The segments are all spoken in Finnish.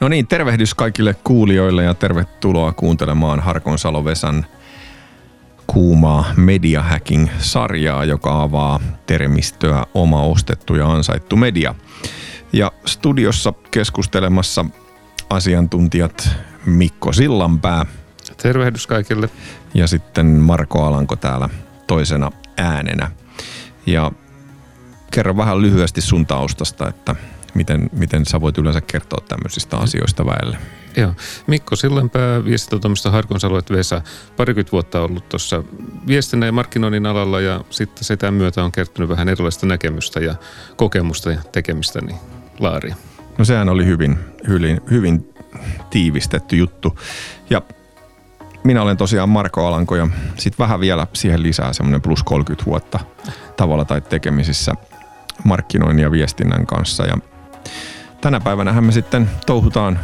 No niin, tervehdys kaikille kuulijoille ja tervetuloa kuuntelemaan Harkonsalo-Vesan kuumaa Media Hacking-sarjaa, joka avaa termistöä oma ostettu ja ansaittu media. Ja studiossa keskustelemassa asiantuntijat Mikko Sillanpää. Tervehdys kaikille. Ja sitten Marko Alanko täällä toisena äänenä. Ja kerro vähän lyhyesti sun taustasta, että miten sä voit yleensä kertoa tämmöisistä asioista väelle? Joo. Mikko Sillanpää, viestintätoimisto Harkonsalo Vesa. 20 vuotta ollut tuossa viestinnän ja markkinoinnin alalla ja sitten sitä myötä on kertynyt vähän erilaista näkemystä ja kokemusta ja tekemistä niin laariin. No sehän oli hyvin tiivistetty juttu. Ja minä olen tosiaan Marko Alanko ja sitten vähän vielä siihen lisää semmoinen plus 30 vuotta tavalla tai tekemisissä markkinoinnin ja viestinnän kanssa. Ja tänä päivänähän me sitten touhutaan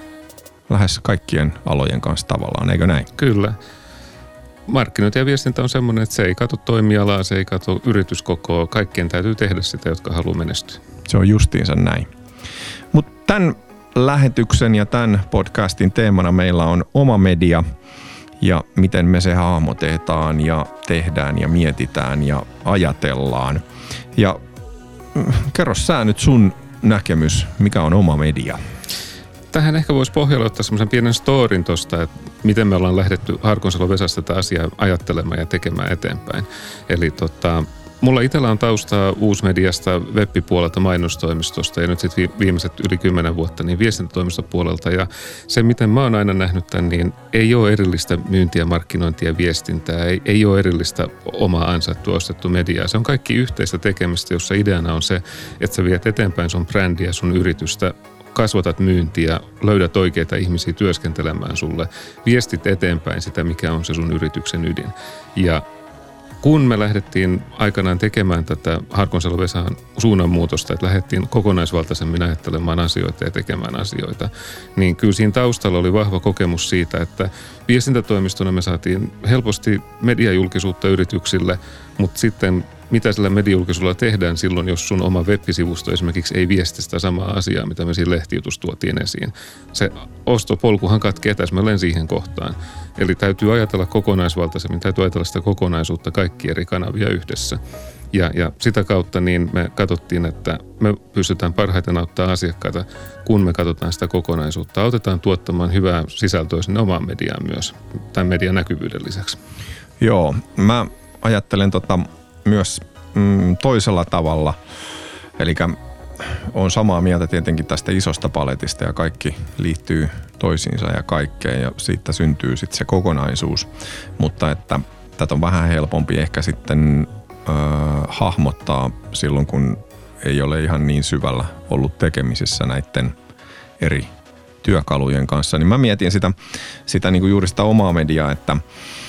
lähes kaikkien alojen kanssa tavallaan, eikö näin? Kyllä. Markkinointi ja viestintä on semmoinen, että se ei katso toimialaa, se ei katso yrityskokoa. Kaikkien täytyy tehdä sitä, jotka haluaa menestyä. Se on justiinsa näin. Mutta tämän lähetyksen ja tämän podcastin teemana meillä on oma media ja miten me se hahmotetaan ja tehdään ja mietitään ja ajatellaan. Ja kerro sä nyt sun näkemys, mikä on oma media? Tähän ehkä voisi pohjalla ottaa semmoisen pienen storin tuosta, että miten me ollaan lähdetty Harkonsalo Vesasta tätä asiaa ajattelemaan ja tekemään eteenpäin. Eli mulla itsellä on taustaa uusmediasta, web-puolelta, mainostoimistosta ja nyt sitten viimeiset yli 10 vuotta niin viestintätoimistopuolelta. Ja se, miten mä oon aina nähnyt tämän, niin ei ole erillistä myyntiä, markkinointia ja viestintää. Ei ole erillistä omaa ansaittua ostettu mediaa. Se on kaikki yhteistä tekemistä, jossa ideana on se, että sä viet eteenpäin sun brändiä, sun yritystä, kasvatat myyntiä, löydät oikeita ihmisiä työskentelemään sulle, viestit eteenpäin sitä, mikä on se sun yrityksen ydin. Ja kun me lähdettiin aikanaan tekemään tätä Harkonsalo Vesan suunnanmuutosta, että lähdettiin kokonaisvaltaisemmin ajattelemaan asioita ja tekemään asioita, niin kyllä siinä taustalla oli vahva kokemus siitä, että viestintätoimistona me saatiin helposti mediajulkisuutta yrityksille, mutta sitten mitä sillä mediajulkisuudella tehdään silloin, jos sun oma web-sivusto esimerkiksi ei viesti sitä samaa asiaa, mitä me siinä lehtijutussa tuotiin esiin. Se ostopolkuhan katkee täsmälleen siihen kohtaan. Eli täytyy ajatella kokonaisvaltaisemmin, täytyy ajatella sitä kokonaisuutta, kaikki eri kanavia yhdessä. Ja sitä kautta niin me katsottiin, että me pystytään parhaiten auttaa asiakkaita, kun me katsotaan sitä kokonaisuutta. Autetaan tuottamaan hyvää sisältöä sinne omaan mediaan myös, tämän median näkyvyyden lisäksi. Joo, mä ajattelen myös toisella tavalla. Eli on samaa mieltä tietenkin tästä isosta paletista ja kaikki liittyy toisiinsa ja kaikkeen ja siitä syntyy sitten se kokonaisuus. Mutta että tätä on vähän helpompi ehkä sitten hahmottaa silloin, kun ei ole ihan niin syvällä ollut tekemisissä näiden eri työkalujen kanssa. Niin mä mietin sitä niin kuin juuri sitä omaa mediaa, että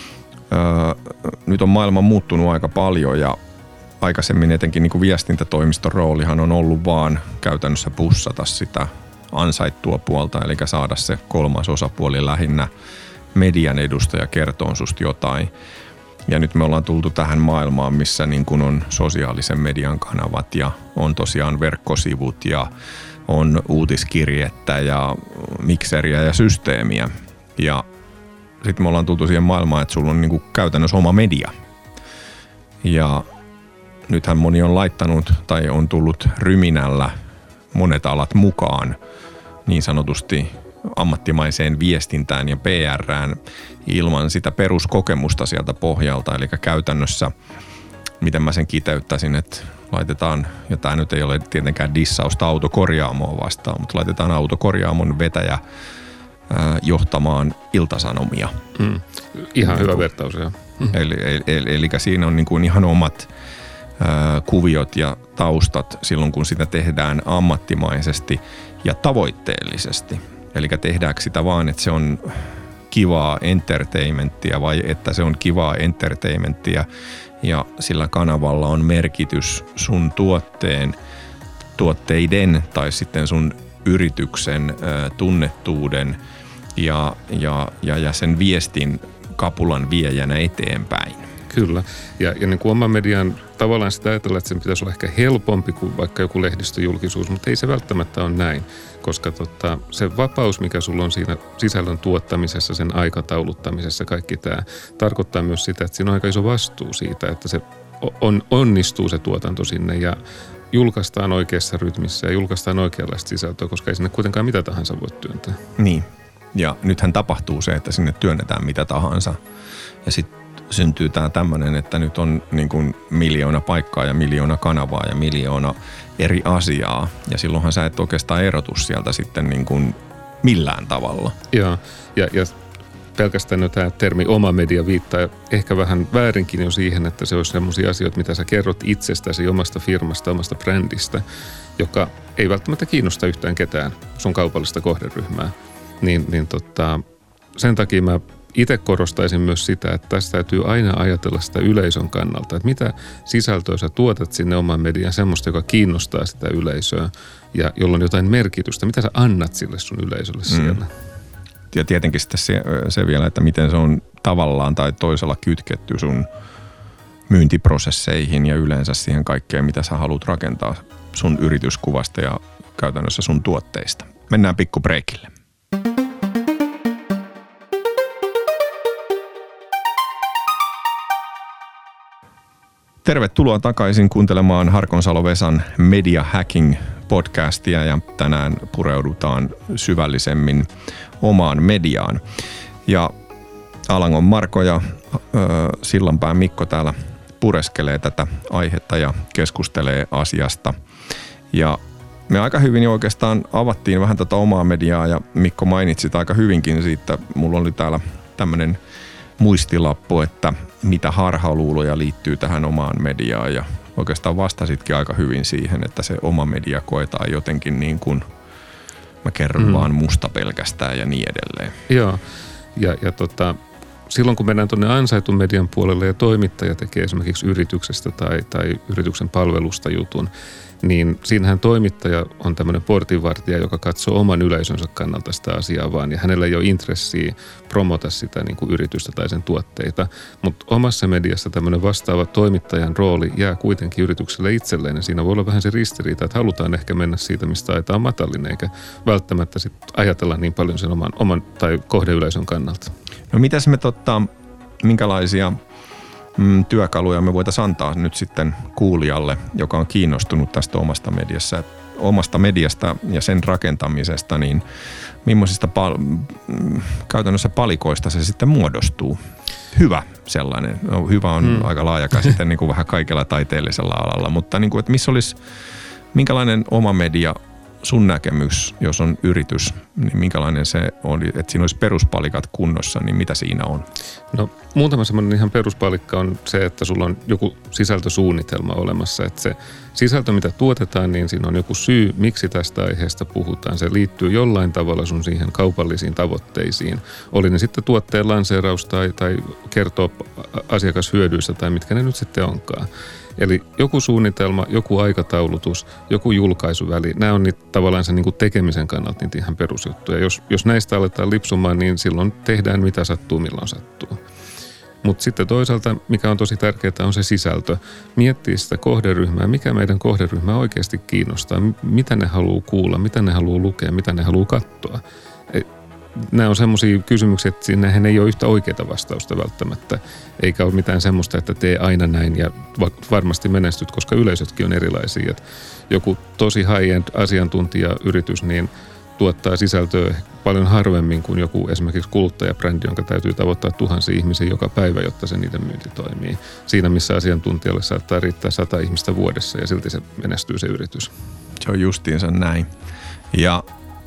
nyt on maailma muuttunut aika paljon ja aikaisemmin etenkin niin kuin viestintätoimiston roolihan on ollut vaan käytännössä pussata sitä ansaittua puolta, eli saada se kolmas osapuoli lähinnä median edustaja kertoo susta jotain. Ja nyt me ollaan tultu tähän maailmaan, missä niin kuin on sosiaalisen median kanavat ja on tosiaan verkkosivut ja on uutiskirjettä ja mikseriä ja systeemiä. Ja sitten me ollaan tultu siihen maailmaan, että sulla on niin kuin käytännössä oma media. Ja nythän moni on laittanut tai on tullut ryminällä monet alat mukaan niin sanotusti ammattimaiseen viestintään ja PR:ään ilman sitä peruskokemusta sieltä pohjalta. Eli käytännössä, miten mä sen kiteyttäisin, että laitetaan, ja tämä nyt ei ole tietenkään dissausta autokorjaamoa vastaan, mutta laitetaan autokorjaamon vetäjä johtamaan Ilta-Sanomia. Ihan hyvä vertaus, joo. Eli siinä on niin kuin ihan omat kuviot ja taustat silloin, kun sitä tehdään ammattimaisesti ja tavoitteellisesti. Eli tehdäänkö sitä vaan, että se on kivaa entertainmenttia vai että se on kivaa entertainmenttia ja sillä kanavalla on merkitys sun tuotteiden tai sitten sun yrityksen tunnettuuden ja sen viestin kapulan viejänä eteenpäin. Kyllä. Ja niin kuin oman median tavallaan sitä ajatellaan, että sen pitäisi olla ehkä helpompi kuin vaikka joku lehdistöjulkisuus, mutta ei se välttämättä ole näin. Koska se vapaus, mikä sulla on siinä sisällön tuottamisessa, sen aikatauluttamisessa, kaikki tämä tarkoittaa myös sitä, että siinä on aika iso vastuu siitä, että se onnistuu se tuotanto sinne ja julkaistaan oikeassa rytmissä ja julkaistaan oikeanlaista sisältöä, koska ei sinne kuitenkaan mitä tahansa voi työntää. Niin. Ja nythän tapahtuu se, että sinne työnnetään mitä tahansa. Ja sitten syntyy tämä tämmöinen, että nyt on niin kuin 1 000 000 paikkaa ja 1 000 000 kanavaa ja 1 000 000 eri asiaa. Ja silloinhan sä et oikeastaan erotu sieltä sitten niin kuin millään tavalla. Joo, ja pelkästään jo tämä termi oma media viittaa ehkä vähän väärinkin jo siihen, että se olisi sellaisia asioita, mitä sä kerrot itsestäsi, omasta firmasta, omasta brändistä, joka ei välttämättä kiinnosta yhtään ketään sun kaupallista kohderyhmää. Sen takia mä itse korostaisin myös sitä, että tässä täytyy aina ajatella sitä yleisön kannalta, että mitä sisältöä sä tuotat sinne oman median, semmoista, joka kiinnostaa sitä yleisöä ja jolla on jotain merkitystä, mitä sä annat sille sun yleisölle siellä. Ja tietenkin sitten se vielä, että miten se on tavallaan tai toisella kytketty sun myyntiprosesseihin ja yleensä siihen kaikkeen, mitä sä haluat rakentaa sun yrityskuvasta ja käytännössä sun tuotteista. Mennään pikku breikille. Tervetuloa takaisin kuuntelemaan Harkonsalo-Vesan Media Hacking podcastia ja tänään pureudutaan syvällisemmin omaan mediaan. Ja Alangon Marko ja Sillanpään Mikko täällä pureskelee tätä aihetta ja keskustelee asiasta. Ja me aika hyvin jo oikeastaan avattiin vähän tätä omaa mediaa ja Mikko mainitsit aika hyvinkin siitä. Mulla oli täällä tämmöinen muistilappu, että mitä harhaluuloja liittyy tähän omaan mediaan ja oikeastaan vastasitkin aika hyvin siihen, että se oma media koetaan jotenkin niin kuin mä kerron vaan musta pelkästään ja niin edelleen. Joo, ja silloin kun mennään tuonne ansaitun median puolelle ja toimittaja tekee esimerkiksi yrityksestä tai yrityksen palvelusta jutun, niin siinähän toimittaja on tämmöinen portinvartija, joka katsoo oman yleisönsä kannalta sitä asiaa vaan, ja hänellä ei ole intressiä promota sitä niin kuin yritystä tai sen tuotteita, mutta omassa mediassa tämmöinen vastaava toimittajan rooli jää kuitenkin yritykselle itselleen, ja siinä voi olla vähän se ristiriita, että halutaan ehkä mennä siitä, mistä ajetaan matalin, eikä välttämättä sit ajatella niin paljon sen oman tai kohdeyleisön kannalta. No mitäs me minkälaisia työkaluja me voitaisiin antaa nyt sitten kuulijalle, joka on kiinnostunut tästä omasta mediasta ja sen rakentamisesta, niin millaisista käytännössä palikoista se sitten muodostuu? Hyvä sellainen. No, hyvä on aika laaja käsite niin kuin vähän kaikella taiteellisella alalla, mutta niin kuin, että minkälainen oma media sun näkemys, jos on yritys, niin minkälainen se on, että siinä olisi peruspalikat kunnossa, niin mitä siinä on? No muutama semmoinen ihan peruspalikka on se, että sulla on joku sisältösuunnitelma olemassa, että se sisältö, mitä tuotetaan, niin siinä on joku syy, miksi tästä aiheesta puhutaan. Se liittyy jollain tavalla sun siihen kaupallisiin tavoitteisiin. Oli ne sitten tuotteen lanseeraus tai kertoo asiakashyödyistä tai mitkä ne nyt sitten onkaan. Eli joku suunnitelma, joku aikataulutus, joku julkaisuväli, nämä on niitä tavallaan sen niin kuin tekemisen kannalta niitä ihan perusjuttuja. Jos näistä aletaan lipsumaan, niin silloin tehdään mitä sattuu, milloin sattuu. Mutta sitten toisaalta, mikä on tosi tärkeää, on se sisältö. Miettiä sitä kohderyhmää, mikä meidän kohderyhmää oikeasti kiinnostaa, mitä ne haluaa kuulla, mitä ne haluaa lukea, mitä ne haluaa katsoa. Nämä on semmoisia kysymyksiä, että sinnehän ei ole yhtä oikeaa vastausta välttämättä, eikä ole mitään semmoista, että tee aina näin ja varmasti menestyt, koska yleisötkin on erilaisia. Että joku tosi high-end asiantuntijayritys niin tuottaa sisältöä paljon harvemmin kuin joku esimerkiksi kuluttajabrändi, jonka täytyy tavoittaa tuhansia ihmisiä joka päivä, jotta se niiden myynti toimii. Siinä, missä asiantuntijalle saattaa riittää 100 ihmistä vuodessa ja silti se menestyy se yritys. Se on justiinsa näin. Ja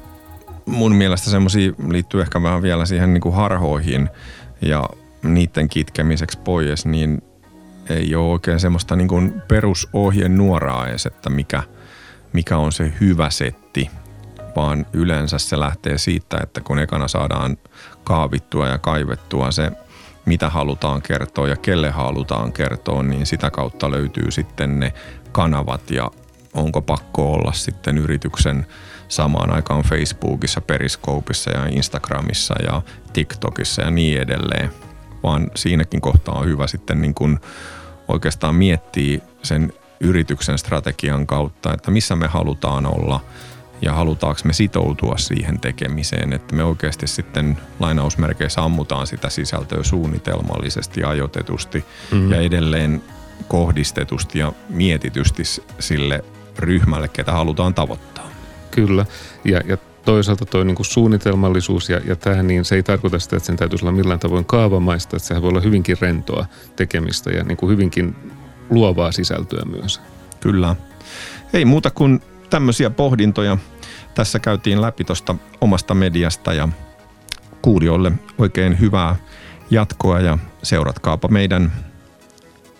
mun mielestä semmoisia liittyy ehkä vähän vielä siihen niin kuin harhoihin ja niiden kitkemiseksi pois, niin ei ole oikein semmoista niin kuin perusohjenuoraa edes, että mikä on se hyvä setti, vaan yleensä se lähtee siitä, että kun ekana saadaan kaavittua ja kaivettua se, mitä halutaan kertoa ja kelle halutaan kertoa, niin sitä kautta löytyy sitten ne kanavat ja onko pakko olla sitten yrityksen samaan aikaan Facebookissa, Periscopeissa ja Instagramissa ja TikTokissa ja niin edelleen. vaan siinäkin kohtaa on hyvä sitten niin kuin oikeastaan miettiä sen yrityksen strategian kautta, että missä me halutaan olla ja halutaanko me sitoutua siihen tekemiseen, että me oikeasti sitten lainausmerkeissä ammutaan sitä sisältöä suunnitelmallisesti, ajoitetusti ja edelleen kohdistetusti ja mietitysti sille ryhmälle, ketä halutaan tavoittaa. Kyllä, ja toisaalta tuo niin kuin suunnitelmallisuus ja tämä, niin se ei tarkoita sitä, että sen täytyisi olla millään tavoin kaavamaista, että sehän voi olla hyvinkin rentoa tekemistä ja niin kuin hyvinkin luovaa sisältöä myös. Kyllä. Ei muuta kuin tämmöisiä pohdintoja. Tässä käytiin läpi tuosta omasta mediasta ja kuulijoille oikein hyvää jatkoa ja seuratkaapa meidän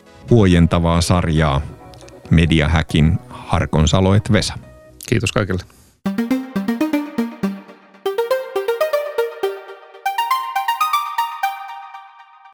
huojentavaa sarjaa Mediahäkin Harkonsalo et Vesa. Kiitos kaikille.